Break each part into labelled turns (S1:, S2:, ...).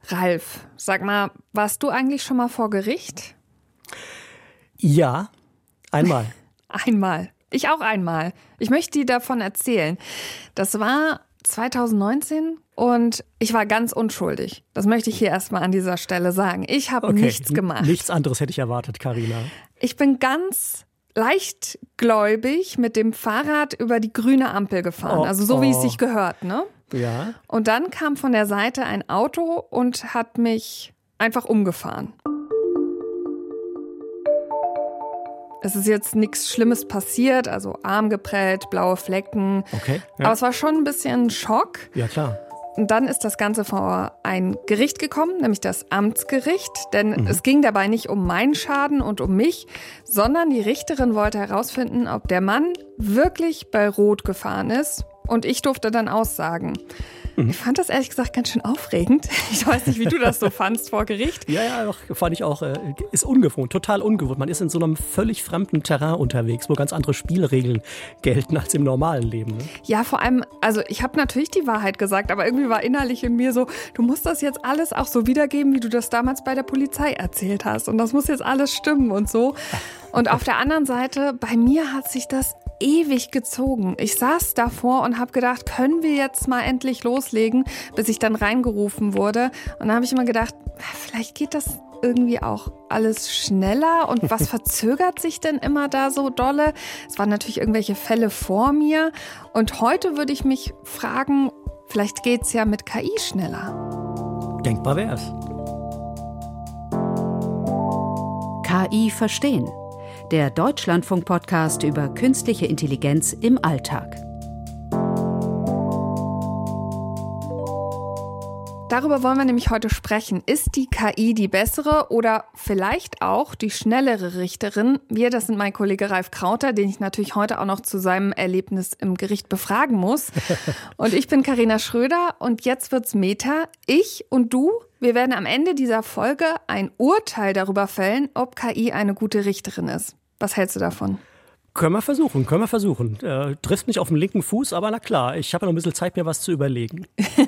S1: Ralf, sag mal, warst du eigentlich schon mal vor Gericht?
S2: Ja, einmal.
S1: Einmal. Ich auch einmal. Ich möchte dir davon erzählen. Das war 2019 und ich war ganz unschuldig. Das möchte ich hier erstmal an dieser Stelle sagen. Ich habe nichts gemacht.
S2: Nichts anderes hätte ich erwartet, Carina.
S1: Ich bin ganz leichtgläubig mit dem Fahrrad über die grüne Ampel gefahren. Also so, wie es sich gehört, ne?
S2: Ja.
S1: Und dann kam von der Seite ein Auto und hat mich einfach umgefahren. Es ist jetzt nichts Schlimmes passiert, also Arm geprellt, blaue Flecken.
S2: Okay. Ja.
S1: Aber es war schon ein bisschen Schock.
S2: Ja, klar.
S1: Und dann ist das Ganze vor ein Gericht gekommen, nämlich das Amtsgericht. Denn es ging dabei nicht um meinen Schaden und um mich, sondern die Richterin wollte herausfinden, ob der Mann wirklich bei Rot gefahren ist. Und ich durfte dann aussagen. Ich fand das ehrlich gesagt ganz schön aufregend. Ich weiß nicht, wie du das so fandst vor Gericht.
S2: Ja, doch, fand ich auch. Ist ungewohnt, total ungewohnt. Man ist in so einem völlig fremden Terrain unterwegs, wo ganz andere Spielregeln gelten als im normalen Leben. Ne?
S1: Ja, vor allem, also ich habe natürlich die Wahrheit gesagt, aber irgendwie war innerlich in mir so, du musst das jetzt alles auch so wiedergeben, wie du das damals bei der Polizei erzählt hast. Und das muss jetzt alles stimmen und so. Und auf der anderen Seite, bei mir hat sich das ewig gezogen. Ich saß davor und habe gedacht, können wir jetzt mal endlich loslegen, bis ich dann reingerufen wurde. Und dann habe ich immer gedacht, vielleicht geht das irgendwie auch alles schneller. Und was verzögert sich denn immer da so dolle? Es waren natürlich irgendwelche Fälle vor mir. Und heute würde ich mich fragen, vielleicht geht's ja mit KI schneller.
S2: Denkbar wär's.
S3: KI verstehen. Der Deutschlandfunk-Podcast über künstliche Intelligenz im Alltag.
S1: Darüber wollen wir nämlich heute sprechen. Ist die KI die bessere oder vielleicht auch die schnellere Richterin? Das sind mein Kollege Ralf Krauter, den ich natürlich heute auch noch zu seinem Erlebnis im Gericht befragen muss. Und ich bin Carina Schröder und jetzt wird's Meta. Ich und du, wir werden am Ende dieser Folge ein Urteil darüber fällen, ob KI eine gute Richterin ist. Was hältst du davon?
S2: Können wir versuchen. Trifft mich auf den linken Fuß, aber na klar, ich habe noch ein bisschen Zeit, mir was zu überlegen.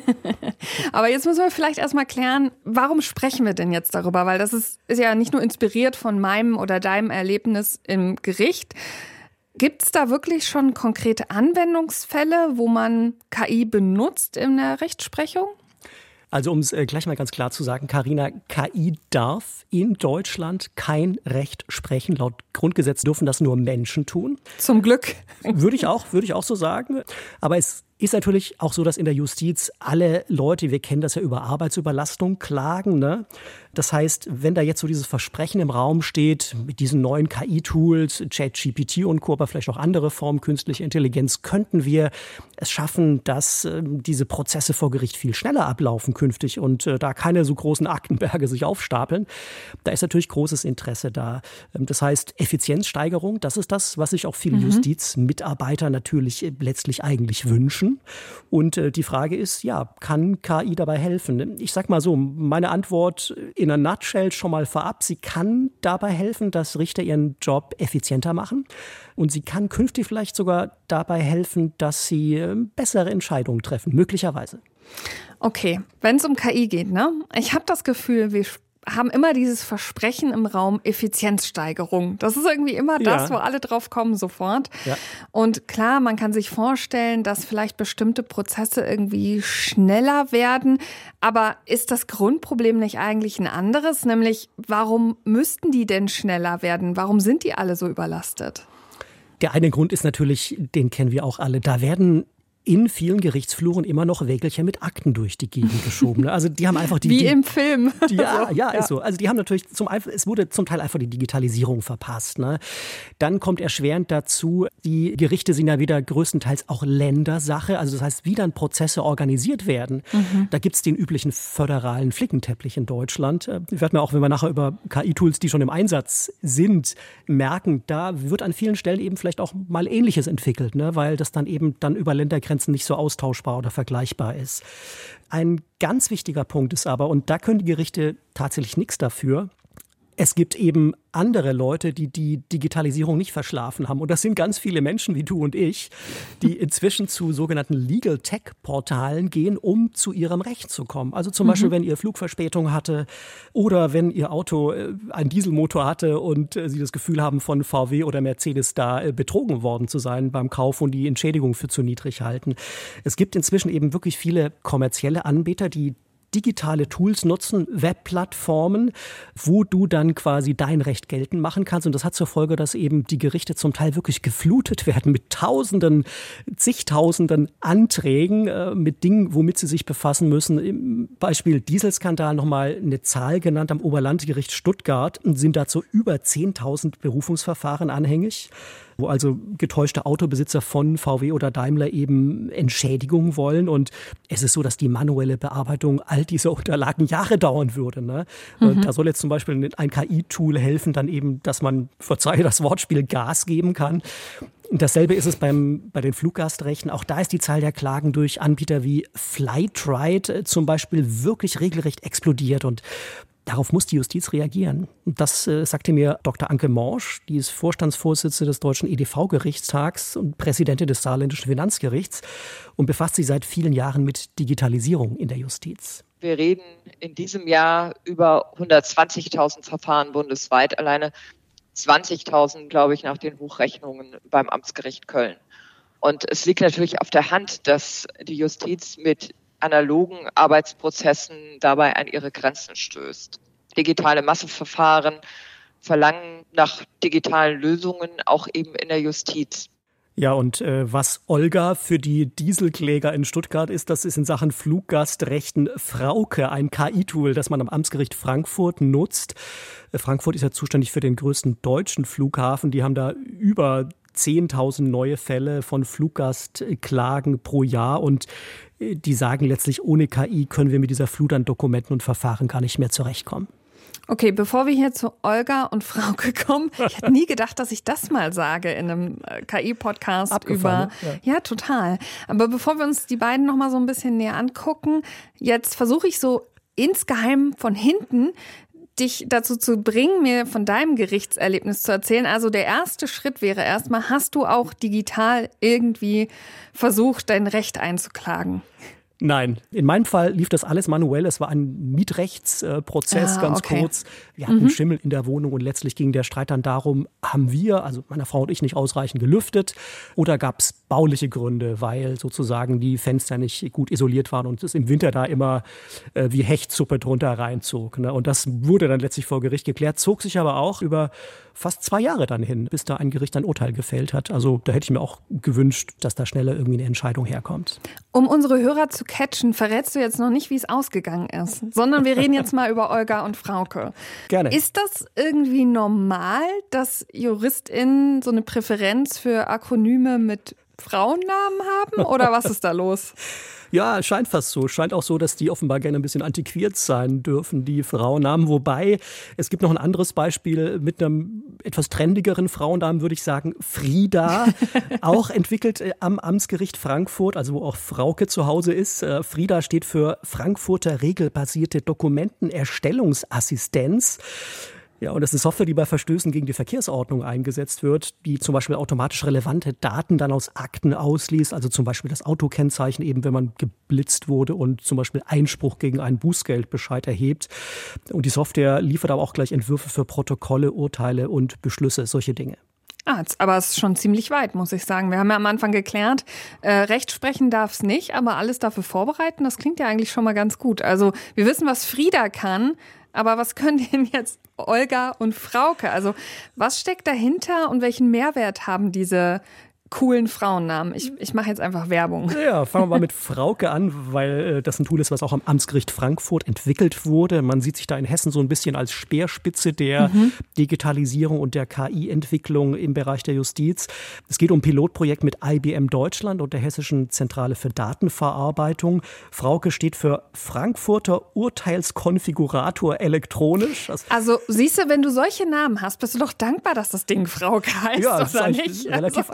S1: Aber jetzt müssen wir vielleicht erstmal klären, warum sprechen wir denn jetzt darüber? Weil das ist ja nicht nur inspiriert von meinem oder deinem Erlebnis im Gericht. Gibt es da wirklich schon konkrete Anwendungsfälle, wo man KI benutzt in der Rechtsprechung?
S2: Also um es gleich mal ganz klar zu sagen, Carina, KI darf in Deutschland kein Recht sprechen. Laut Grundgesetz dürfen das nur Menschen tun.
S1: Zum Glück.
S2: Würde ich auch so sagen. Aber es ist natürlich auch so, dass in der Justiz alle Leute, wir kennen das ja, über Arbeitsüberlastung klagen, ne? Das heißt, wenn da jetzt so dieses Versprechen im Raum steht, mit diesen neuen KI-Tools, ChatGPT und Co., aber vielleicht auch andere Formen künstlicher Intelligenz, könnten wir es schaffen, dass diese Prozesse vor Gericht viel schneller ablaufen künftig und da keine so großen Aktenberge sich aufstapeln. Da ist natürlich großes Interesse da. Das heißt, Effizienzsteigerung, das ist das, was sich auch viele Justizmitarbeiter natürlich letztlich eigentlich wünschen. Und die Frage ist, ja, kann KI dabei helfen? Ich sag mal so, meine Antwort in a nutshell schon mal vorab, sie kann dabei helfen, dass Richter ihren Job effizienter machen. Und sie kann künftig vielleicht sogar dabei helfen, dass sie bessere Entscheidungen treffen, möglicherweise.
S1: Okay, wenn es um KI geht, ne? Ich habe das Gefühl, wir haben immer dieses Versprechen im Raum Effizienzsteigerung. Das ist irgendwie immer das, wo alle drauf kommen sofort. Ja. Und klar, man kann sich vorstellen, dass vielleicht bestimmte Prozesse irgendwie schneller werden. Aber ist das Grundproblem nicht eigentlich ein anderes? Nämlich, warum müssten die denn schneller werden? Warum sind die alle so überlastet?
S2: Der eine Grund ist natürlich, den kennen wir auch alle, da werden in vielen Gerichtsfluren immer noch Wägelchen mit Akten durch die Gegend geschoben. Also die haben einfach
S1: Wie im Film.
S2: Ist so. Also die haben natürlich es wurde zum Teil einfach die Digitalisierung verpasst. Ne? Dann kommt erschwerend dazu, die Gerichte sind ja wieder größtenteils auch Ländersache. Also das heißt, wie dann Prozesse organisiert werden. Da gibt es den üblichen föderalen Flickenteppich in Deutschland. Wir werden auch, wenn wir nachher über KI-Tools, die schon im Einsatz sind, merken, da wird an vielen Stellen eben vielleicht auch mal Ähnliches entwickelt, ne? Weil das dann eben über Ländergrenzen nicht so austauschbar oder vergleichbar ist. Ein ganz wichtiger Punkt ist aber, und da können die Gerichte tatsächlich nichts dafür, Es gibt eben andere Leute, die die Digitalisierung nicht verschlafen haben. Und das sind ganz viele Menschen wie du und ich, die inzwischen zu sogenannten Legal Tech Portalen gehen, um zu ihrem Recht zu kommen. Also zum Beispiel, wenn ihr Flugverspätung hatte oder wenn ihr Auto einen Dieselmotor hatte und sie das Gefühl haben, von VW oder Mercedes da betrogen worden zu sein beim Kauf und die Entschädigung für zu niedrig halten. Es gibt inzwischen eben wirklich viele kommerzielle Anbieter, die digitale Tools nutzen, Webplattformen, wo du dann quasi dein Recht geltend machen kannst. Und das hat zur Folge, dass eben die Gerichte zum Teil wirklich geflutet werden mit zigtausenden Anträgen, mit Dingen, womit sie sich befassen müssen. Im Beispiel Dieselskandal nochmal eine Zahl genannt am Oberlandesgericht Stuttgart, sind dazu über 10.000 Berufungsverfahren anhängig, wo also getäuschte Autobesitzer von VW oder Daimler eben Entschädigung wollen. Und es ist so, dass die manuelle Bearbeitung all dieser Unterlagen Jahre dauern würde. Ne? Da soll jetzt zum Beispiel ein KI-Tool helfen, dann eben, dass man, verzeihe das Wortspiel, Gas geben kann. Dasselbe ist es bei den Fluggastrechten. Auch da ist die Zahl der Klagen durch Anbieter wie Flightride zum Beispiel wirklich regelrecht explodiert. Und darauf muss die Justiz reagieren. Das sagte mir Dr. Anke Morsch, die ist Vorstandsvorsitzende des Deutschen EDV-Gerichtstags und Präsidentin des Saarländischen Finanzgerichts und befasst sich seit vielen Jahren mit Digitalisierung in der Justiz.
S4: Wir reden in diesem Jahr über 120.000 Verfahren bundesweit, alleine 20.000, glaube ich, nach den Hochrechnungen beim Amtsgericht Köln. Und es liegt natürlich auf der Hand, dass die Justiz mit analogen Arbeitsprozessen dabei an ihre Grenzen stößt. Digitale Massenverfahren verlangen nach digitalen Lösungen, auch eben in der Justiz.
S2: Ja, und was Olga für die Dieselkläger in Stuttgart ist, das ist in Sachen Fluggastrechten Frauke, ein KI-Tool, das man am Amtsgericht Frankfurt nutzt. Frankfurt ist ja zuständig für den größten deutschen Flughafen. Die haben da über 10.000 neue Fälle von Fluggastklagen pro Jahr und die sagen letztlich, ohne KI können wir mit dieser Flut an Dokumenten und Verfahren gar nicht mehr zurechtkommen.
S1: Okay, bevor wir hier zu Olga und Frauke kommen, ich hätte nie gedacht, dass ich das mal sage in einem KI-Podcast über. Ja, total. Aber bevor wir uns die beiden noch mal so ein bisschen näher angucken, jetzt versuche ich so insgeheim von hinten dich dazu zu bringen, mir von deinem Gerichtserlebnis zu erzählen. Also der erste Schritt wäre erstmal, hast du auch digital irgendwie versucht, dein Recht einzuklagen?
S2: Nein, in meinem Fall lief das alles manuell. Es war ein Mietrechtsprozess, ganz kurz. Wir hatten Schimmel in der Wohnung und letztlich ging der Streit dann darum, haben wir, also meine Frau und ich, nicht ausreichend gelüftet oder gab es bauliche Gründe, weil sozusagen die Fenster nicht gut isoliert waren und es im Winter da immer wie Hechtsuppe drunter reinzog. Ne? Und das wurde dann letztlich vor Gericht geklärt, zog sich aber auch über fast 2 Jahre dann hin, bis da ein Gericht ein Urteil gefällt hat. Also da hätte ich mir auch gewünscht, dass da schneller irgendwie eine Entscheidung herkommt.
S1: Um unsere Hörer zu catchen, verrätst du jetzt noch nicht, wie es ausgegangen ist, sondern wir reden jetzt mal über Olga und Frauke.
S2: Gerne.
S1: Ist das irgendwie normal, dass JuristInnen so eine Präferenz für Akronyme mit Frauennamen haben oder was ist da los?
S2: Ja, scheint fast so. Scheint auch so, dass die offenbar gerne ein bisschen antiquiert sein dürfen, die Frauennamen. Wobei, es gibt noch ein anderes Beispiel mit einem etwas trendigeren Frauennamen, würde ich sagen, Frieda. Auch entwickelt am Amtsgericht Frankfurt, also wo auch Frauke zu Hause ist. Frieda steht für Frankfurter regelbasierte Dokumentenerstellungsassistenz. Ja, und das ist eine Software, die bei Verstößen gegen die Verkehrsordnung eingesetzt wird, die zum Beispiel automatisch relevante Daten dann aus Akten ausliest, also zum Beispiel das Autokennzeichen eben, wenn man geblitzt wurde und zum Beispiel Einspruch gegen einen Bußgeldbescheid erhebt. Und die Software liefert aber auch gleich Entwürfe für Protokolle, Urteile und Beschlüsse, solche Dinge.
S1: Aber es ist schon ziemlich weit, muss ich sagen. Wir haben ja am Anfang geklärt, Recht sprechen darf es nicht, aber alles dafür vorbereiten, das klingt ja eigentlich schon mal ganz gut. Also wir wissen, was Frieda kann, aber was können denn jetzt Olga und Frauke? Also was steckt dahinter und welchen Mehrwert haben diese coolen Frauennamen? Ich mache jetzt einfach Werbung.
S2: Ja, fangen wir mal mit Frauke an, weil das ein Tool ist, was auch am Amtsgericht Frankfurt entwickelt wurde. Man sieht sich da in Hessen so ein bisschen als Speerspitze der Digitalisierung und der KI-Entwicklung im Bereich der Justiz. Es geht um ein Pilotprojekt mit IBM Deutschland und der Hessischen Zentrale für Datenverarbeitung. Frauke steht für Frankfurter Urteilskonfigurator elektronisch.
S1: Also siehst du, wenn du solche Namen hast, bist du doch dankbar, dass das Ding Frauke heißt,
S2: ja, das
S1: oder
S2: ist
S1: nicht?
S2: Relativ eingängig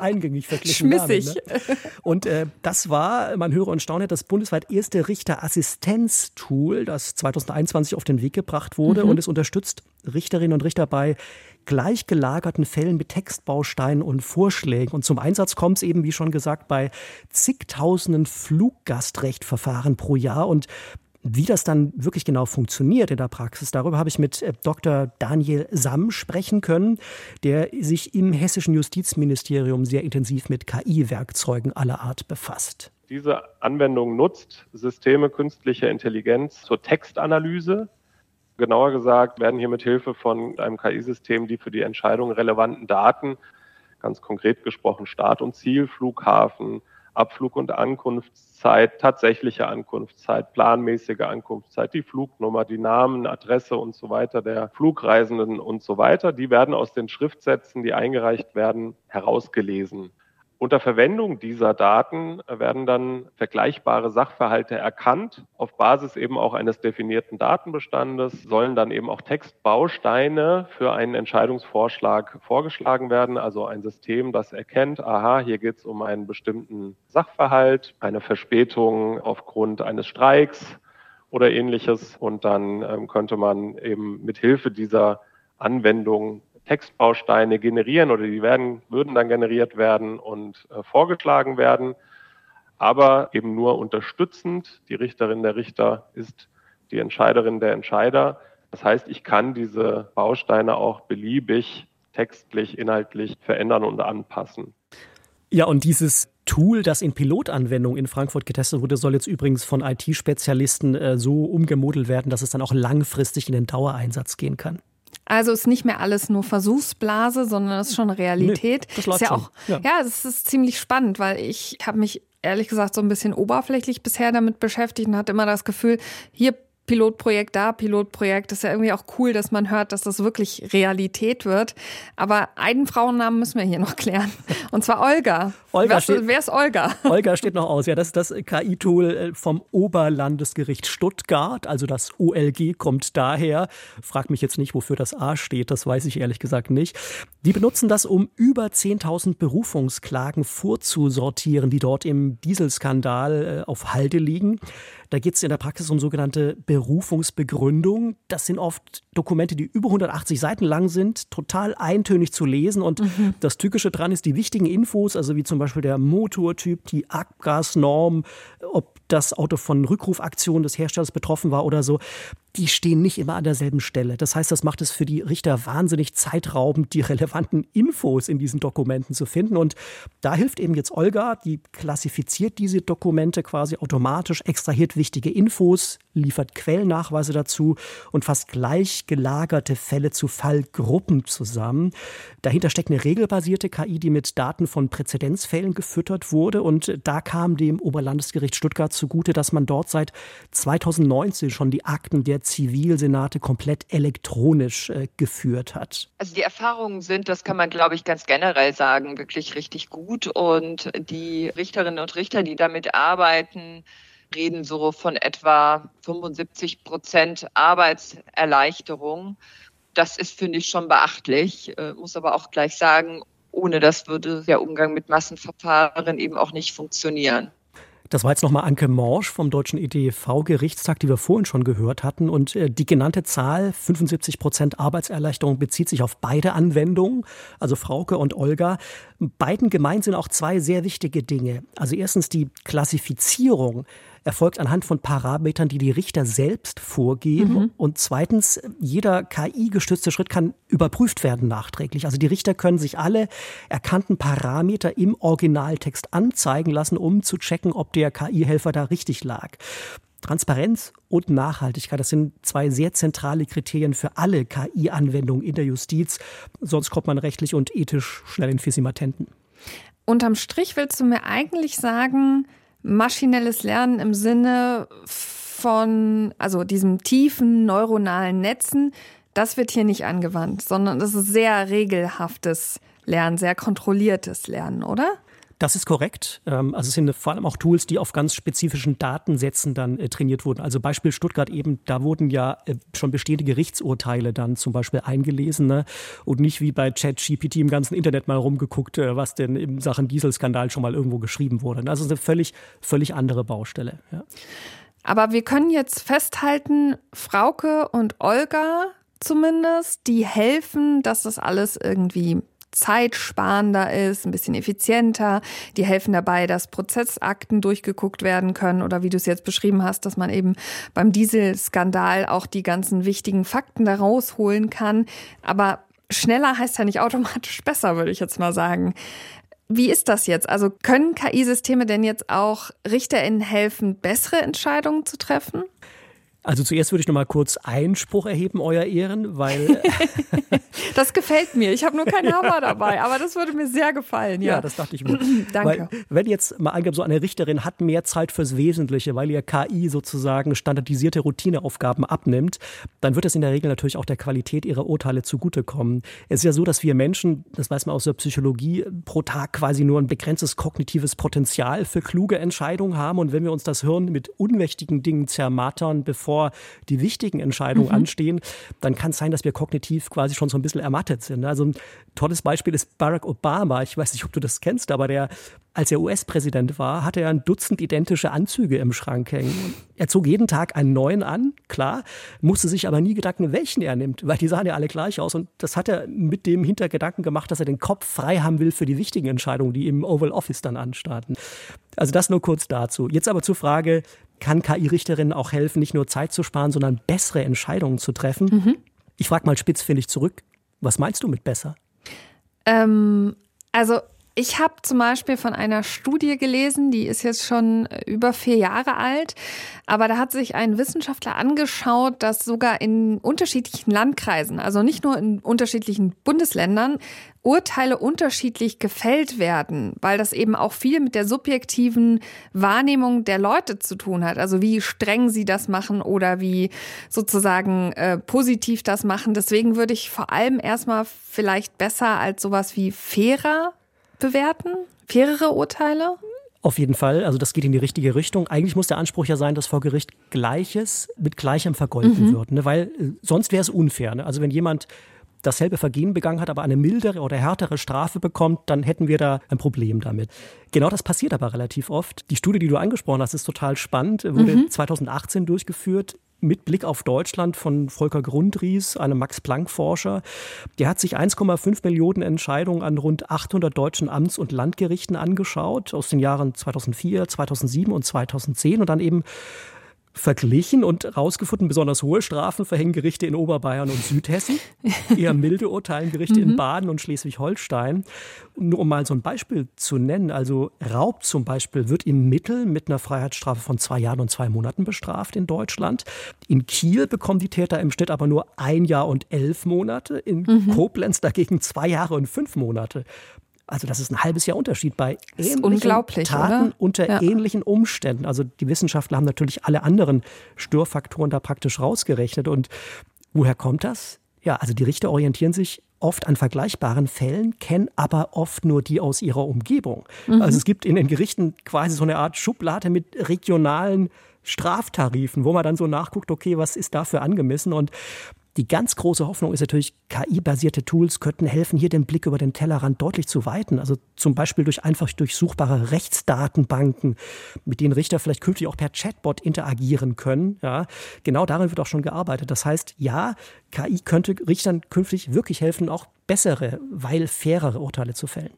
S2: verglichen.
S1: Schmissig.
S2: Namen, ne? Und das war, man höre und staune, das bundesweit erste Richterassistenztool, das 2021 auf den Weg gebracht wurde und es unterstützt Richterinnen und Richter bei gleich gelagerten Fällen mit Textbausteinen und Vorschlägen. Und zum Einsatz kommt es eben, wie schon gesagt, bei zigtausenden Fluggastrechtverfahren pro Jahr. Und wie das dann wirklich genau funktioniert in der Praxis, darüber habe ich mit Dr. Daniel Samm sprechen können, der sich im hessischen Justizministerium sehr intensiv mit KI-Werkzeugen aller Art befasst.
S5: Diese Anwendung nutzt Systeme künstlicher Intelligenz zur Textanalyse. Genauer gesagt werden hier mit Hilfe von einem KI-System die für die Entscheidung relevanten Daten, ganz konkret gesprochen Start- und Ziel, Flughafen, Abflug- und Ankunftszeit, tatsächliche Ankunftszeit, planmäßige Ankunftszeit, die Flugnummer, die Namen, Adresse und so weiter der Flugreisenden und so weiter, die werden aus den Schriftsätzen, die eingereicht werden, herausgelesen. Unter Verwendung dieser Daten werden dann vergleichbare Sachverhalte erkannt. Auf Basis eben auch eines definierten Datenbestandes sollen dann eben auch Textbausteine für einen Entscheidungsvorschlag vorgeschlagen werden. Also ein System, das erkennt, aha, hier geht es um einen bestimmten Sachverhalt, eine Verspätung aufgrund eines Streiks oder Ähnliches. Und dann könnte man eben mit Hilfe dieser Anwendung Textbausteine generieren oder würden dann generiert werden und vorgeschlagen werden, aber eben nur unterstützend. Die Richterin, der Richter ist die Entscheiderin, der Entscheider. Das heißt, ich kann diese Bausteine auch beliebig textlich, inhaltlich verändern und anpassen.
S2: Ja, und dieses Tool, das in Pilotanwendung in Frankfurt getestet wurde, soll jetzt übrigens von IT-Spezialisten so umgemodelt werden, dass es dann auch langfristig in den Dauereinsatz gehen kann.
S1: Also ist nicht mehr alles nur Versuchsblase, sondern es ist schon Realität.
S2: Nee, das läuft
S1: ist ja
S2: schon.
S1: auch, ja, das ist ziemlich spannend, weil ich habe mich ehrlich gesagt so ein bisschen oberflächlich bisher damit beschäftigt und hatte immer das Gefühl, hier Pilotprojekt, da Pilotprojekt. Das ist ja irgendwie auch cool, dass man hört, dass das wirklich Realität wird. Aber einen Frauennamen müssen wir hier noch klären. Und zwar Olga. Wer ist Olga?
S2: Olga steht noch aus. Ja, das ist das KI-Tool vom Oberlandesgericht Stuttgart. Also das OLG kommt daher. Frag mich jetzt nicht, wofür das A steht. Das weiß ich ehrlich gesagt nicht. Die benutzen das, um über 10.000 Berufungsklagen vorzusortieren, die dort im Dieselskandal auf Halde liegen. Da geht es in der Praxis um sogenannte Berufungsbegründung. Das sind oft Dokumente, die über 180 Seiten lang sind, total eintönig zu lesen. Und das Tückische dran ist, die wichtigen Infos, also wie zum Beispiel der Motortyp, die Abgasnorm, ob das Auto von Rückrufaktionen des Herstellers betroffen war oder so, die stehen nicht immer an derselben Stelle. Das heißt, das macht es für die Richter wahnsinnig zeitraubend, die relevanten Infos in diesen Dokumenten zu finden. Und da hilft eben jetzt Olga, die klassifiziert diese Dokumente quasi automatisch, extrahiert wichtige Infos, liefert Quellennachweise dazu und fasst gleich gelagerte Fälle zu Fallgruppen zusammen. Dahinter steckt eine regelbasierte KI, die mit Daten von Präzedenzfällen gefüttert wurde. Und da kam dem Oberlandesgericht Stuttgart zugute, dass man dort seit 2019 schon die Akten der Zivilsenate komplett elektronisch geführt hat.
S4: Also die Erfahrungen sind, das kann man, glaube ich, ganz generell sagen, wirklich richtig gut. Und die Richterinnen und Richter, die damit arbeiten, reden so von etwa 75% Arbeitserleichterung. Das ist, finde ich, schon beachtlich. Muss aber auch gleich sagen, ohne das würde der Umgang mit Massenverfahren eben auch nicht funktionieren.
S2: Das war jetzt nochmal Anke Morsch vom Deutschen EDV-Gerichtstag, die wir vorhin schon gehört hatten. Und die genannte Zahl, 75% Arbeitserleichterung, bezieht sich auf beide Anwendungen, also Frauke und Olga. Beiden gemeint sind auch zwei sehr wichtige Dinge. Also erstens die Klassifizierung erfolgt anhand von Parametern, die die Richter selbst vorgeben. Und zweitens, jeder KI-gestützte Schritt kann überprüft werden nachträglich. Also die Richter können sich alle erkannten Parameter im Originaltext anzeigen lassen, um zu checken, ob der KI-Helfer da richtig lag. Transparenz und Nachhaltigkeit, das sind zwei sehr zentrale Kriterien für alle KI-Anwendungen in der Justiz. Sonst kommt man rechtlich und ethisch schnell in Fissimatenten.
S1: Unterm Strich willst du mir eigentlich sagen, maschinelles Lernen im Sinne von diesem tiefen neuronalen Netzen, das wird hier nicht angewandt, sondern das ist sehr regelhaftes Lernen, sehr kontrolliertes Lernen, oder?
S2: Das ist korrekt. Also es sind vor allem auch Tools, die auf ganz spezifischen Datensätzen dann trainiert wurden. Also Beispiel Stuttgart eben, da wurden ja schon bestehende Gerichtsurteile dann zum Beispiel eingelesen, ne? Und nicht wie bei ChatGPT im ganzen Internet mal rumgeguckt, was denn in Sachen Dieselskandal schon mal irgendwo geschrieben wurde. Also es ist eine völlig andere Baustelle. Ja.
S1: Aber wir können jetzt festhalten, Frauke und Olga zumindest, die helfen, dass das alles irgendwie zeitsparender ist, ein bisschen effizienter. Die helfen dabei, dass Prozessakten durchgeguckt werden können oder wie du es jetzt beschrieben hast, dass man eben beim Dieselskandal auch die ganzen wichtigen Fakten da rausholen kann. Aber schneller heißt ja nicht automatisch besser, würde ich jetzt mal sagen. Wie ist das jetzt? Also können KI-Systeme denn jetzt auch RichterInnen helfen, bessere Entscheidungen zu treffen?
S2: Also zuerst würde ich noch mal kurz Einspruch erheben, Euer Ehren, weil...
S1: Das gefällt mir. Ich habe nur keinen Hammer dabei, aber das würde mir sehr gefallen. Ja,
S2: das dachte ich mir.
S1: Danke.
S2: Weil, wenn jetzt mal angenommen, so eine Richterin hat mehr Zeit fürs Wesentliche, weil ihr KI sozusagen standardisierte Routineaufgaben abnimmt, dann wird es in der Regel natürlich auch der Qualität ihrer Urteile zugutekommen. Es ist ja so, dass wir Menschen, das weiß man aus der Psychologie, pro Tag quasi nur ein begrenztes kognitives Potenzial für kluge Entscheidungen haben. Und wenn wir uns das Hirn mit unwichtigen Dingen zermartern, bevor die wichtigen Entscheidungen anstehen, dann kann es sein, dass wir kognitiv quasi schon so ein bisschen ermattet sind. Also ein tolles Beispiel ist Barack Obama. Ich weiß nicht, ob du das kennst, aber als er US-Präsident war, hatte er ein Dutzend identische Anzüge im Schrank hängen. Er zog jeden Tag einen neuen an, klar, musste sich aber nie Gedanken, welchen er nimmt, weil die sahen ja alle gleich aus. Und das hat er mit dem Hintergedanken gemacht, dass er den Kopf frei haben will für die wichtigen Entscheidungen, die im Oval Office dann anstanden. Also das nur kurz dazu. Jetzt aber zur Frage, kann KI-Richterinnen auch helfen, nicht nur Zeit zu sparen, sondern bessere Entscheidungen zu treffen? Ich frage mal spitzfindig zurück, was meinst du mit besser?
S1: Also ich habe zum Beispiel von einer Studie gelesen, die ist jetzt schon über 4 Jahre alt, aber da hat sich ein Wissenschaftler angeschaut, dass sogar in unterschiedlichen Landkreisen, also nicht nur in unterschiedlichen Bundesländern, Urteile unterschiedlich gefällt werden, weil das eben auch viel mit der subjektiven Wahrnehmung der Leute zu tun hat. Also wie streng sie das machen oder wie sozusagen positiv das machen. Deswegen würde ich vor allem erstmal vielleicht besser als sowas wie fairer bewerten? Fairere Urteile?
S2: Auf jeden Fall, also das geht in die richtige Richtung. Eigentlich muss der Anspruch ja sein, dass vor Gericht Gleiches mit Gleichem vergolten wird, ne? Weil sonst wäre es unfair. Ne? Also wenn jemand dasselbe Vergehen begangen hat, aber eine mildere oder härtere Strafe bekommt, dann hätten wir da ein Problem damit. Genau das passiert aber relativ oft. Die Studie, die du angesprochen hast, ist total spannend, wurde 2018 durchgeführt. Mit Blick auf Deutschland von Volker Grundries, einem Max-Planck-Forscher. Der hat sich 1,5 Millionen Entscheidungen an rund 800 deutschen Amts- und Landgerichten angeschaut, aus den Jahren 2004, 2007 und 2010 und dann eben verglichen und rausgefunden, besonders hohe Strafen verhängen Gerichte in Oberbayern und Südhessen, eher milde urteilen Gerichte in Baden und Schleswig-Holstein. Nur um mal so ein Beispiel zu nennen, also Raub zum Beispiel wird im Mittel mit einer Freiheitsstrafe von 2 Jahren und 2 Monaten bestraft in Deutschland. In Kiel bekommen die Täter im Schnitt aber nur 1 Jahr und 11 Monate, in Koblenz dagegen 2 Jahre und 5 Monate. Also das ist ein halbes Jahr Unterschied bei ähnlichen Taten unter ähnlichen Umständen. Also die Wissenschaftler haben natürlich alle anderen Störfaktoren da praktisch rausgerechnet. Und woher kommt das? Ja, also die Richter orientieren sich oft an vergleichbaren Fällen, kennen aber oft nur die aus ihrer Umgebung. Also es gibt in den Gerichten quasi so eine Art Schublade mit regionalen Straftarifen, wo man dann so nachguckt, okay, was ist dafür angemessen? Und die ganz große Hoffnung ist natürlich, KI-basierte Tools könnten helfen, hier den Blick über den Tellerrand deutlich zu weiten. Also zum Beispiel durch einfach durchsuchbare Rechtsdatenbanken, mit denen Richter vielleicht künftig auch per Chatbot interagieren können. Ja, genau daran wird auch schon gearbeitet. Das heißt, ja, KI könnte Richtern künftig wirklich helfen, auch bessere, weil fairere Urteile zu fällen.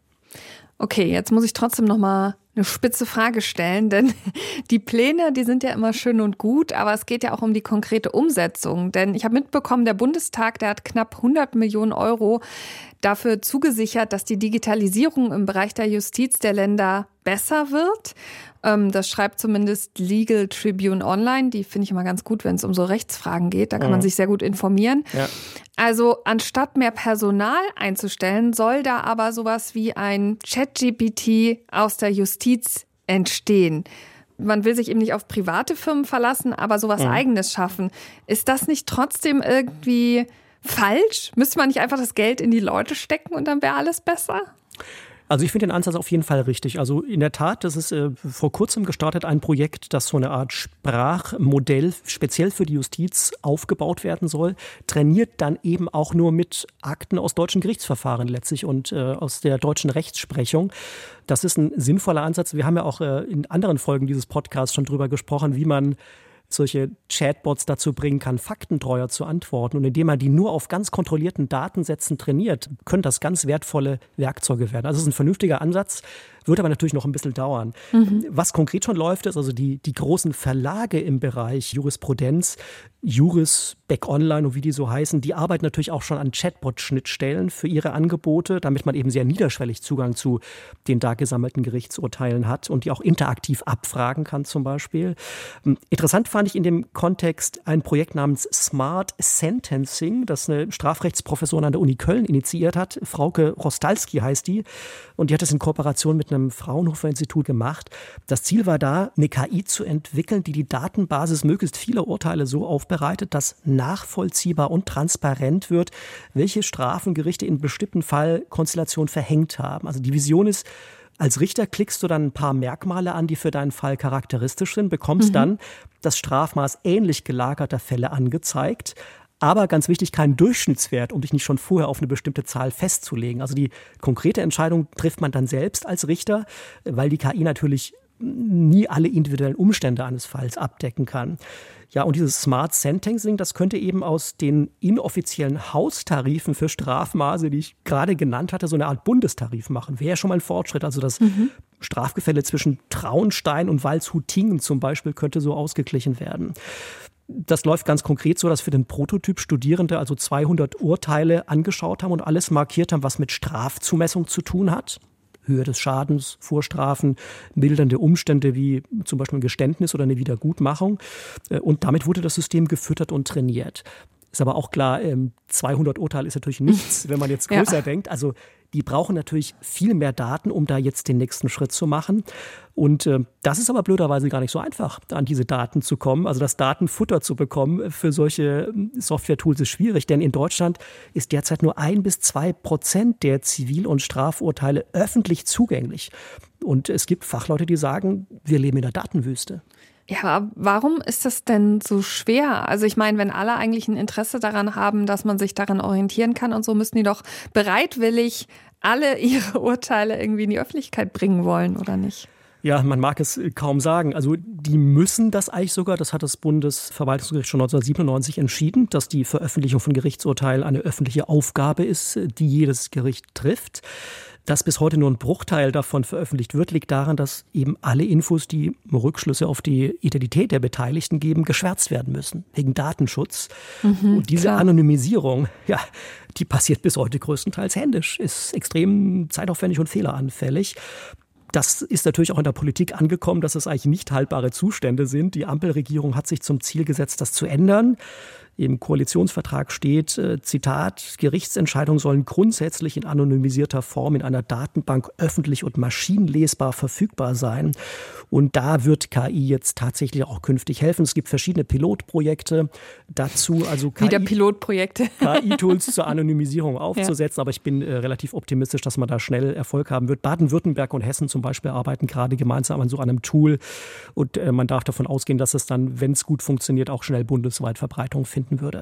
S1: Okay, jetzt muss ich trotzdem noch mal eine spitze Frage stellen, denn die Pläne, die sind ja immer schön und gut, aber es geht ja auch um die konkrete Umsetzung. Denn ich habe mitbekommen, der Bundestag, der hat knapp 100 Millionen Euro dafür zugesichert, dass die Digitalisierung im Bereich der Justiz der Länder besser wird. Das schreibt zumindest Legal Tribune Online. Die finde ich immer ganz gut, wenn es um so Rechtsfragen geht. Da kann man sich sehr gut informieren. Ja. Also anstatt mehr Personal einzustellen, soll da aber sowas wie ein ChatGPT aus der Justiz entstehen. Man will sich eben nicht auf private Firmen verlassen, aber sowas Eigenes schaffen. Ist das nicht trotzdem irgendwie falsch? Müsste man nicht einfach das Geld in die Leute stecken und dann wäre alles besser?
S2: Also ich finde den Ansatz auf jeden Fall richtig. Also in der Tat, das ist vor kurzem gestartet ein Projekt, das so eine Art Sprachmodell speziell für die Justiz aufgebaut werden soll, trainiert dann eben auch nur mit Akten aus deutschen Gerichtsverfahren letztlich und aus der deutschen Rechtsprechung. Das ist ein sinnvoller Ansatz. Wir haben ja auch in anderen Folgen dieses Podcasts schon drüber gesprochen, wie man solche Chatbots dazu bringen kann, faktentreuer zu antworten. Und indem man die nur auf ganz kontrollierten Datensätzen trainiert, können das ganz wertvolle Werkzeuge werden. Also es ist ein vernünftiger Ansatz, wird aber natürlich noch ein bisschen dauern. Was konkret schon läuft, ist also die großen Verlage im Bereich Jurisprudenz, Juris, Back Online und wie die so heißen, die arbeiten natürlich auch schon an Chatbot-Schnittstellen für ihre Angebote, damit man eben sehr niederschwellig Zugang zu den da gesammelten Gerichtsurteilen hat und die auch interaktiv abfragen kann zum Beispiel. Interessant fand ich in dem Kontext ein Projekt namens Smart Sentencing, das eine Strafrechtsprofessorin an der Uni Köln initiiert hat. Frauke Rostalski heißt die. Und die hat das in Kooperation mit einem Fraunhofer-Institut gemacht. Das Ziel war da, eine KI zu entwickeln, die Datenbasis möglichst vieler Urteile so aufbereitet, dass nachvollziehbar und transparent wird, welche Strafen Gerichte in bestimmten Fallkonstellationen verhängt haben. Also die Vision ist, als Richter klickst du dann ein paar Merkmale an, die für deinen Fall charakteristisch sind, bekommst dann das Strafmaß ähnlich gelagerter Fälle angezeigt. Aber ganz wichtig, kein Durchschnittswert, um dich nicht schon vorher auf eine bestimmte Zahl festzulegen. Also die konkrete Entscheidung trifft man dann selbst als Richter, weil die KI natürlich nie alle individuellen Umstände eines Falls abdecken kann. Ja, und dieses Smart Sentencing, das könnte eben aus den inoffiziellen Haustarifen für Strafmaße, die ich gerade genannt hatte, so eine Art Bundestarif machen. Wäre ja schon mal ein Fortschritt. Also das Strafgefälle zwischen Traunstein und Waldshut-Tiengen zum Beispiel könnte so ausgeglichen werden. Das läuft ganz konkret so, dass für den Prototyp Studierende also 200 Urteile angeschaut haben und alles markiert haben, was mit Strafzumessung zu tun hat. Höhe des Schadens, Vorstrafen, mildernde Umstände wie zum Beispiel ein Geständnis oder eine Wiedergutmachung. Und damit wurde das System gefüttert und trainiert. Ist aber auch klar, 200 Urteile ist natürlich nichts, wenn man jetzt größer denkt. Also die brauchen natürlich viel mehr Daten, um da jetzt den nächsten Schritt zu machen. Und das ist aber blöderweise gar nicht so einfach, an diese Daten zu kommen. Also das Datenfutter zu bekommen für solche Software-Tools ist schwierig. Denn in Deutschland ist derzeit nur 1-2% der Zivil- und Strafurteile öffentlich zugänglich. Und es gibt Fachleute, die sagen, wir leben in der Datenwüste.
S1: Ja, warum ist das denn so schwer? Also ich meine, wenn alle eigentlich ein Interesse daran haben, dass man sich daran orientieren kann und so, müssen die doch bereitwillig alle ihre Urteile irgendwie in die Öffentlichkeit bringen wollen, oder nicht?
S2: Ja, man mag es kaum sagen. Also die müssen das eigentlich sogar, das hat das Bundesverwaltungsgericht schon 1997 entschieden, dass die Veröffentlichung von Gerichtsurteilen eine öffentliche Aufgabe ist, die jedes Gericht trifft. Dass bis heute nur ein Bruchteil davon veröffentlicht wird, liegt daran, dass eben alle Infos, die Rückschlüsse auf die Identität der Beteiligten geben, geschwärzt werden müssen, wegen Datenschutz. Und diese Anonymisierung, ja, die passiert bis heute größtenteils händisch, ist extrem zeitaufwendig und fehleranfällig. Das ist natürlich auch in der Politik angekommen, dass es eigentlich nicht haltbare Zustände sind. Die Ampelregierung hat sich zum Ziel gesetzt, das zu ändern. Im Koalitionsvertrag steht, Zitat, Gerichtsentscheidungen sollen grundsätzlich in anonymisierter Form in einer Datenbank öffentlich und maschinenlesbar verfügbar sein. Und da wird KI jetzt tatsächlich auch künftig helfen. Es gibt verschiedene Pilotprojekte dazu, also KI-Tools zur Anonymisierung aufzusetzen. Aber ich bin relativ optimistisch, dass man da schnell Erfolg haben wird. Baden-Württemberg und Hessen zum Beispiel arbeiten gerade gemeinsam an so einem Tool. Und man darf davon ausgehen, dass es dann, wenn es gut funktioniert, auch schnell bundesweit Verbreitung finden würde.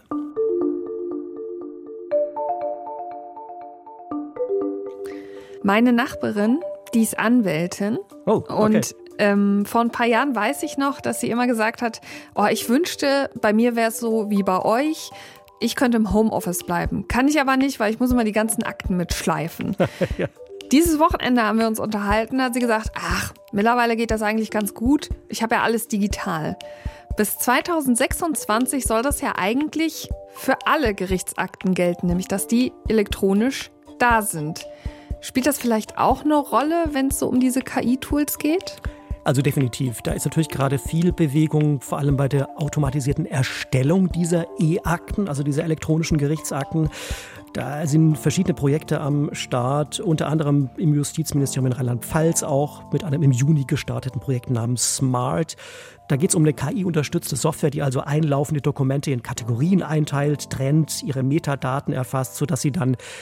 S1: Meine Nachbarin, die ist Anwältin.
S2: Oh, okay.
S1: Und vor ein paar Jahren weiß ich noch, dass sie immer gesagt hat, ich wünschte, bei mir wäre es so wie bei euch. Ich könnte im Homeoffice bleiben. Kann ich aber nicht, weil ich muss immer die ganzen Akten mitschleifen. Ja. Dieses Wochenende haben wir uns unterhalten, da hat sie gesagt, mittlerweile geht das eigentlich ganz gut. Ich habe ja alles digital. Bis 2026 soll das ja eigentlich für alle Gerichtsakten gelten, nämlich dass die elektronisch da sind. Spielt das vielleicht auch eine Rolle, wenn es so um diese KI-Tools geht?
S2: Also definitiv. Da ist natürlich gerade viel Bewegung, vor allem bei der automatisierten Erstellung dieser E-Akten, also dieser elektronischen Gerichtsakten. Da sind verschiedene Projekte am Start, unter anderem im Justizministerium in Rheinland-Pfalz auch mit einem im Juni gestarteten Projekt namens Smart. Da geht es um eine KI-unterstützte Software, die also einlaufende Dokumente in Kategorien einteilt, trennt, ihre Metadaten erfasst, sodass sie dann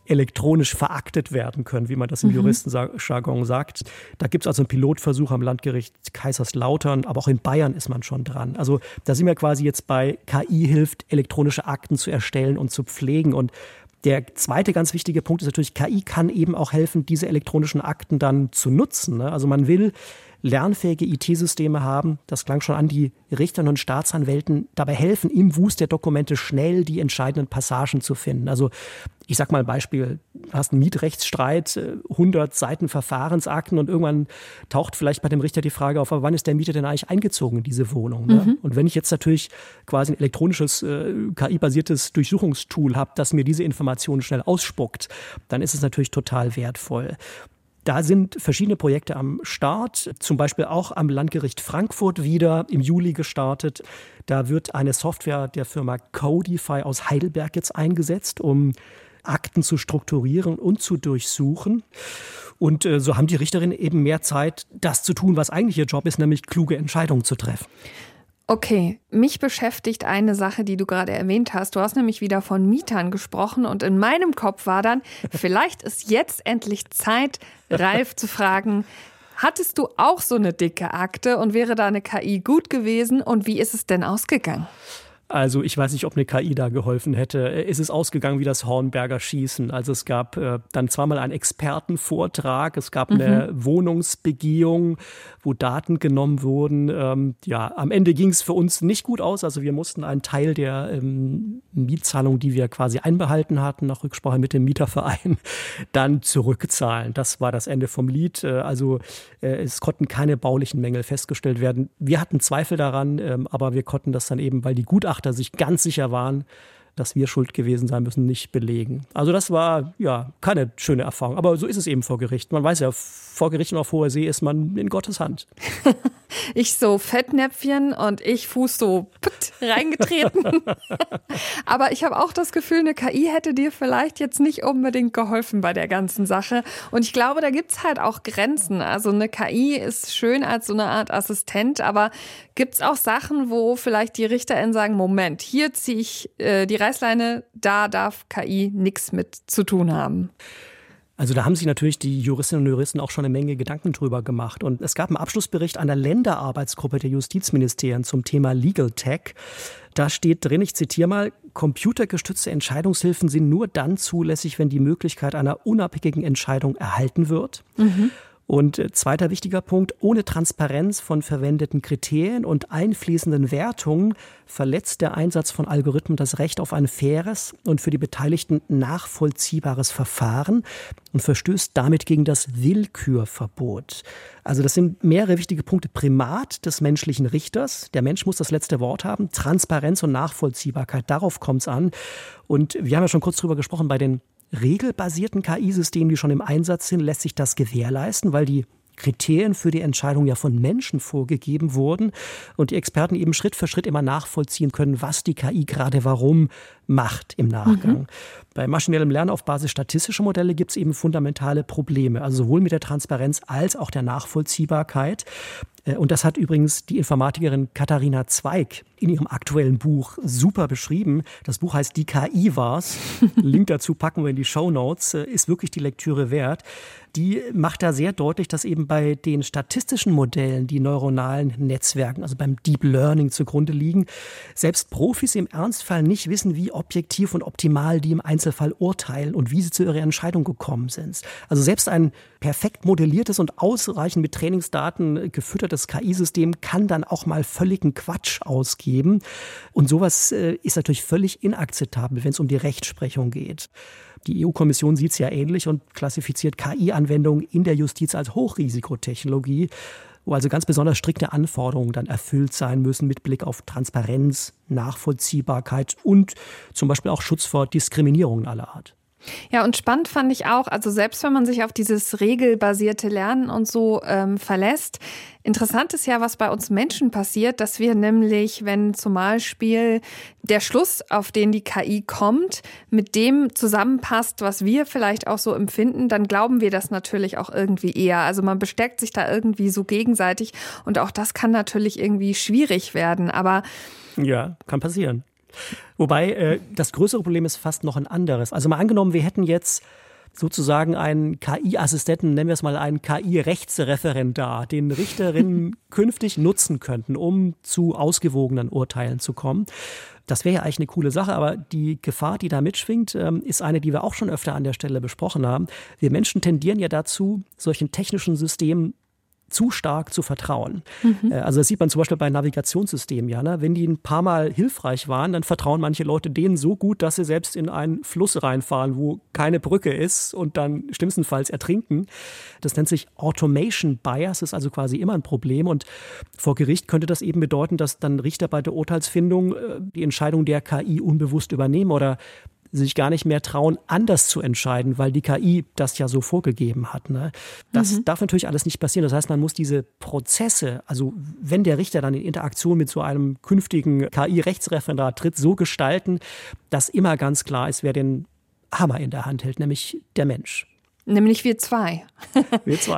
S2: elektronisch veraktet werden können, wie man das im Juristenjargon sagt. Da gibt es also einen Pilotversuch am Landgericht Kaiserslautern, aber auch in Bayern ist man schon dran. Also da sind wir quasi jetzt bei KI hilft, elektronische Akten zu erstellen und zu pflegen. Und der zweite ganz wichtige Punkt ist natürlich, KI kann eben auch helfen, diese elektronischen Akten dann zu nutzen. Also man will lernfähige IT-Systeme haben, das klang schon an, die Richtern und Staatsanwälten dabei helfen, im Wust der Dokumente schnell die entscheidenden Passagen zu finden. Also ich sag mal ein Beispiel, du hast einen Mietrechtsstreit, 100 Seiten Verfahrensakten und irgendwann taucht vielleicht bei dem Richter die Frage auf, aber wann ist der Mieter denn eigentlich eingezogen in diese Wohnung? Ne? Und wenn ich jetzt natürlich quasi ein elektronisches, KI-basiertes Durchsuchungstool habe, das mir diese Informationen schnell ausspuckt, dann ist es natürlich total wertvoll. Da sind verschiedene Projekte am Start, zum Beispiel auch am Landgericht Frankfurt wieder im Juli gestartet. Da wird eine Software der Firma Codify aus Heidelberg jetzt eingesetzt, um Akten zu strukturieren und zu durchsuchen. Und so haben die Richterinnen eben mehr Zeit, das zu tun, was eigentlich ihr Job ist, nämlich kluge Entscheidungen zu treffen.
S1: Okay, mich beschäftigt eine Sache, die du gerade erwähnt hast. Du hast nämlich wieder von Mietern gesprochen und in meinem Kopf war dann, vielleicht ist jetzt endlich Zeit, Ralf zu fragen, hattest du auch so eine dicke Akte und wäre da eine KI gut gewesen und wie ist es denn ausgegangen?
S2: Also ich weiß nicht, ob eine KI da geholfen hätte. Es ist ausgegangen wie das Hornberger Schießen. Also es gab dann zweimal einen Expertenvortrag, es gab eine Wohnungsbegehung, wo Daten genommen wurden. Am Ende ging es für uns nicht gut aus. Also wir mussten einen Teil der Mietzahlung, die wir quasi einbehalten hatten, nach Rücksprache mit dem Mieterverein, dann zurückzahlen. Das war das Ende vom Lied. Es konnten keine baulichen Mängel festgestellt werden. Wir hatten Zweifel daran, aber wir konnten das dann eben, weil die Gutachter sich ganz sicher waren, dass wir schuld gewesen sein müssen, nicht belegen. Also das war ja keine schöne Erfahrung. Aber so ist es eben vor Gericht. Man weiß ja, vor Gericht und auf hoher See ist man in Gottes Hand.
S1: Ich so Fettnäpfchen und ich Fuß so reingetreten. Aber ich habe auch das Gefühl, eine KI hätte dir vielleicht jetzt nicht unbedingt geholfen bei der ganzen Sache. Und ich glaube, da gibt's halt auch Grenzen. Also eine KI ist schön als so eine Art Assistent, aber gibt's auch Sachen, wo vielleicht die RichterInnen sagen, Moment, hier ziehe ich die Reißleine, da darf KI nichts mit zu tun haben.
S2: Also da haben sich natürlich die Juristinnen und Juristen auch schon eine Menge Gedanken drüber gemacht. Und es gab einen Abschlussbericht einer Länderarbeitsgruppe der Justizministerien zum Thema Legal Tech. Da steht drin, ich zitiere mal, computergestützte Entscheidungshilfen sind nur dann zulässig, wenn die Möglichkeit einer unabhängigen Entscheidung erhalten wird. Und zweiter wichtiger Punkt, ohne Transparenz von verwendeten Kriterien und einfließenden Wertungen verletzt der Einsatz von Algorithmen das Recht auf ein faires und für die Beteiligten nachvollziehbares Verfahren und verstößt damit gegen das Willkürverbot. Also das sind mehrere wichtige Punkte. Primat des menschlichen Richters, der Mensch muss das letzte Wort haben, Transparenz und Nachvollziehbarkeit, darauf kommt es an. Und wir haben ja schon kurz drüber gesprochen, bei den regelbasierten KI-Systemen, die schon im Einsatz sind, lässt sich das gewährleisten, weil die Kriterien für die Entscheidung ja von Menschen vorgegeben wurden und die Experten eben Schritt für Schritt immer nachvollziehen können, was die KI gerade warum macht im Nachgang. Bei maschinellem Lernen auf Basis statistischer Modelle gibt es eben fundamentale Probleme, also sowohl mit der Transparenz als auch der Nachvollziehbarkeit. Und das hat übrigens die Informatikerin Katharina Zweig in ihrem aktuellen Buch super beschrieben. Das Buch heißt Die KI war's. Link dazu packen wir in die Shownotes. Ist wirklich die Lektüre wert. Die macht da sehr deutlich, dass eben bei den statistischen Modellen, die neuronalen Netzwerken, also beim Deep Learning zugrunde liegen, selbst Profis im Ernstfall nicht wissen, wie objektiv und optimal die im Einzelfall urteilen und wie sie zu ihrer Entscheidung gekommen sind. Also selbst ein perfekt modelliertes und ausreichend mit Trainingsdaten gefüttertes KI-System kann dann auch mal völligen Quatsch ausgeben. Und sowas ist natürlich völlig inakzeptabel, wenn es um die Rechtsprechung geht. Die EU-Kommission sieht es ja ähnlich und klassifiziert KI-Anwendungen in der Justiz als Hochrisikotechnologie, wo also ganz besonders strikte Anforderungen dann erfüllt sein müssen mit Blick auf Transparenz, Nachvollziehbarkeit und zum Beispiel auch Schutz vor Diskriminierungen aller Art.
S1: Ja, und spannend fand ich auch, also selbst wenn man sich auf dieses regelbasierte Lernen und so verlässt, interessant ist ja, was bei uns Menschen passiert, dass wir nämlich, wenn zum Beispiel der Schluss, auf den die KI kommt, mit dem zusammenpasst, was wir vielleicht auch so empfinden, dann glauben wir das natürlich auch irgendwie eher. Also man bestärkt sich da irgendwie so gegenseitig und auch das kann natürlich irgendwie schwierig werden, aber
S2: ja, kann passieren. Wobei das größere Problem ist fast noch ein anderes. Also mal angenommen, wir hätten jetzt sozusagen einen KI-Assistenten, nennen wir es mal einen KI-Rechtsreferendar, den Richterinnen künftig nutzen könnten, um zu ausgewogenen Urteilen zu kommen. Das wäre ja eigentlich eine coole Sache, aber die Gefahr, die da mitschwingt, ist eine, die wir auch schon öfter an der Stelle besprochen haben. Wir Menschen tendieren ja dazu, solchen technischen Systemen zu stark zu vertrauen. Also das sieht man zum Beispiel bei Navigationssystemen, ja, ne? Wenn die ein paar Mal hilfreich waren, dann vertrauen manche Leute denen so gut, dass sie selbst in einen Fluss reinfahren, wo keine Brücke ist und dann schlimmstenfalls ertrinken. Das nennt sich Automation Bias, ist also quasi immer ein Problem und vor Gericht könnte das eben bedeuten, dass dann Richter bei der Urteilsfindung die Entscheidung der KI unbewusst übernehmen oder sich gar nicht mehr trauen, anders zu entscheiden, weil die KI das ja so vorgegeben hat. Ne? Das darf natürlich alles nicht passieren. Das heißt, man muss diese Prozesse, also wenn der Richter dann in Interaktion mit so einem künftigen KI-Rechtsreferendar tritt, so gestalten, dass immer ganz klar ist, wer den Hammer in der Hand hält, nämlich der Mensch.
S1: Nämlich wir zwei.
S2: Wir zwei.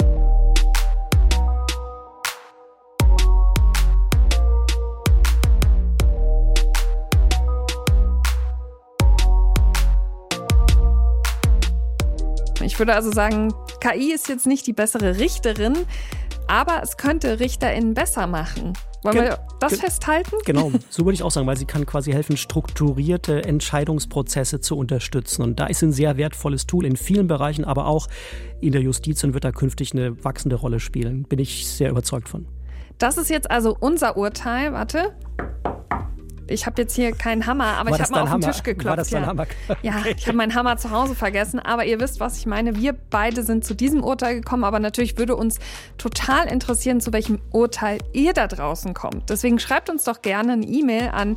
S1: Ich würde also sagen, KI ist jetzt nicht die bessere Richterin, aber es könnte RichterInnen besser machen. Wollen wir das festhalten?
S2: Genau, so würde ich auch sagen, weil sie kann quasi helfen, strukturierte Entscheidungsprozesse zu unterstützen. Und da ist sie ein sehr wertvolles Tool in vielen Bereichen, aber auch in der Justiz und wird da künftig eine wachsende Rolle spielen. Bin ich sehr überzeugt von.
S1: Das ist jetzt also unser Urteil. Warte. Ich habe jetzt hier keinen Hammer, aber ich habe mal auf den Tisch geklopft.
S2: War das dein Hammer?
S1: Ja, ich habe meinen Hammer zu Hause vergessen, aber ihr wisst, was ich meine. Wir beide sind zu diesem Urteil gekommen, aber natürlich würde uns total interessieren, zu welchem Urteil ihr da draußen kommt. Deswegen schreibt uns doch gerne eine E-Mail an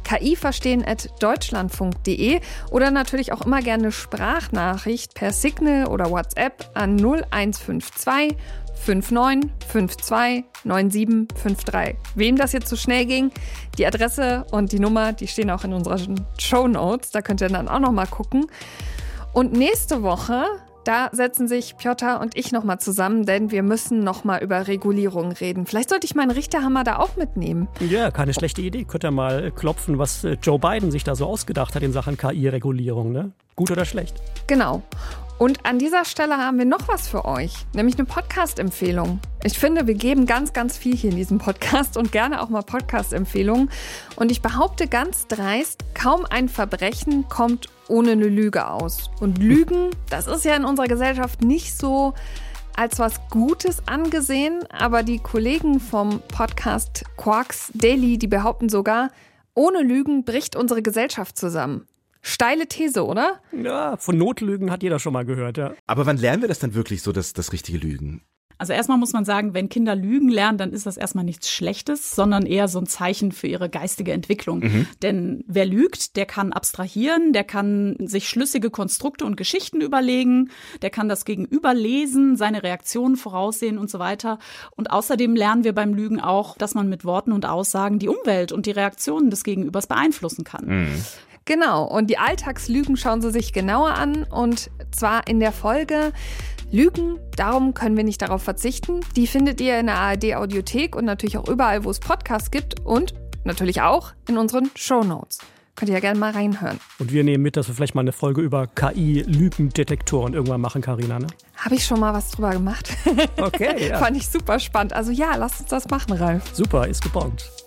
S1: kiverstehen@deutschlandfunk.de oder natürlich auch immer gerne Sprachnachricht per Signal oder WhatsApp an 0152 5952 9753. Wem das jetzt zu schnell ging, die Adresse und die Nummer, die stehen auch in unseren Shownotes. Da könnt ihr dann auch noch mal gucken. Und nächste Woche, da setzen sich Piotr und ich noch mal zusammen, denn wir müssen noch mal über Regulierung reden. Vielleicht sollte ich meinen Richterhammer da auch mitnehmen.
S2: Ja, keine schlechte Idee. Könnt ihr mal klopfen, was Joe Biden sich da so ausgedacht hat in Sachen KI-Regulierung, ne? Gut oder schlecht?
S1: Genau. Und an dieser Stelle haben wir noch was für euch, nämlich eine Podcast-Empfehlung. Ich finde, wir geben ganz, ganz viel hier in diesem Podcast und gerne auch mal Podcast-Empfehlungen. Und ich behaupte ganz dreist, kaum ein Verbrechen kommt ohne eine Lüge aus. Und Lügen, das ist ja in unserer Gesellschaft nicht so als was Gutes angesehen. Aber die Kollegen vom Podcast Quarks Daily, die behaupten sogar, ohne Lügen bricht unsere Gesellschaft zusammen. Steile These, oder?
S2: Ja, von Notlügen hat jeder schon mal gehört, ja.
S6: Aber wann lernen wir das dann wirklich so, das richtige Lügen?
S7: Also erstmal muss man sagen, wenn Kinder lügen lernen, dann ist das erstmal nichts Schlechtes, sondern eher so ein Zeichen für ihre geistige Entwicklung. Denn wer lügt, der kann abstrahieren, der kann sich schlüssige Konstrukte und Geschichten überlegen, der kann das Gegenüber lesen, seine Reaktionen voraussehen und so weiter. Und außerdem lernen wir beim Lügen auch, dass man mit Worten und Aussagen die Umwelt und die Reaktionen des Gegenübers beeinflussen kann.
S1: Genau, und die Alltagslügen schauen Sie sich genauer an und zwar in der Folge Lügen, darum können wir nicht darauf verzichten. Die findet ihr in der ARD-Audiothek und natürlich auch überall, wo es Podcasts gibt und natürlich auch in unseren Shownotes. Könnt ihr ja gerne mal reinhören.
S2: Und wir nehmen mit, dass wir vielleicht mal eine Folge über KI-Lügendetektoren irgendwann machen, Carina, ne?
S1: Habe ich schon mal was drüber gemacht.
S2: Okay, ja.
S1: Fand ich super spannend. Also ja, lasst uns das machen, Ralf.
S2: Super, ist gebongt.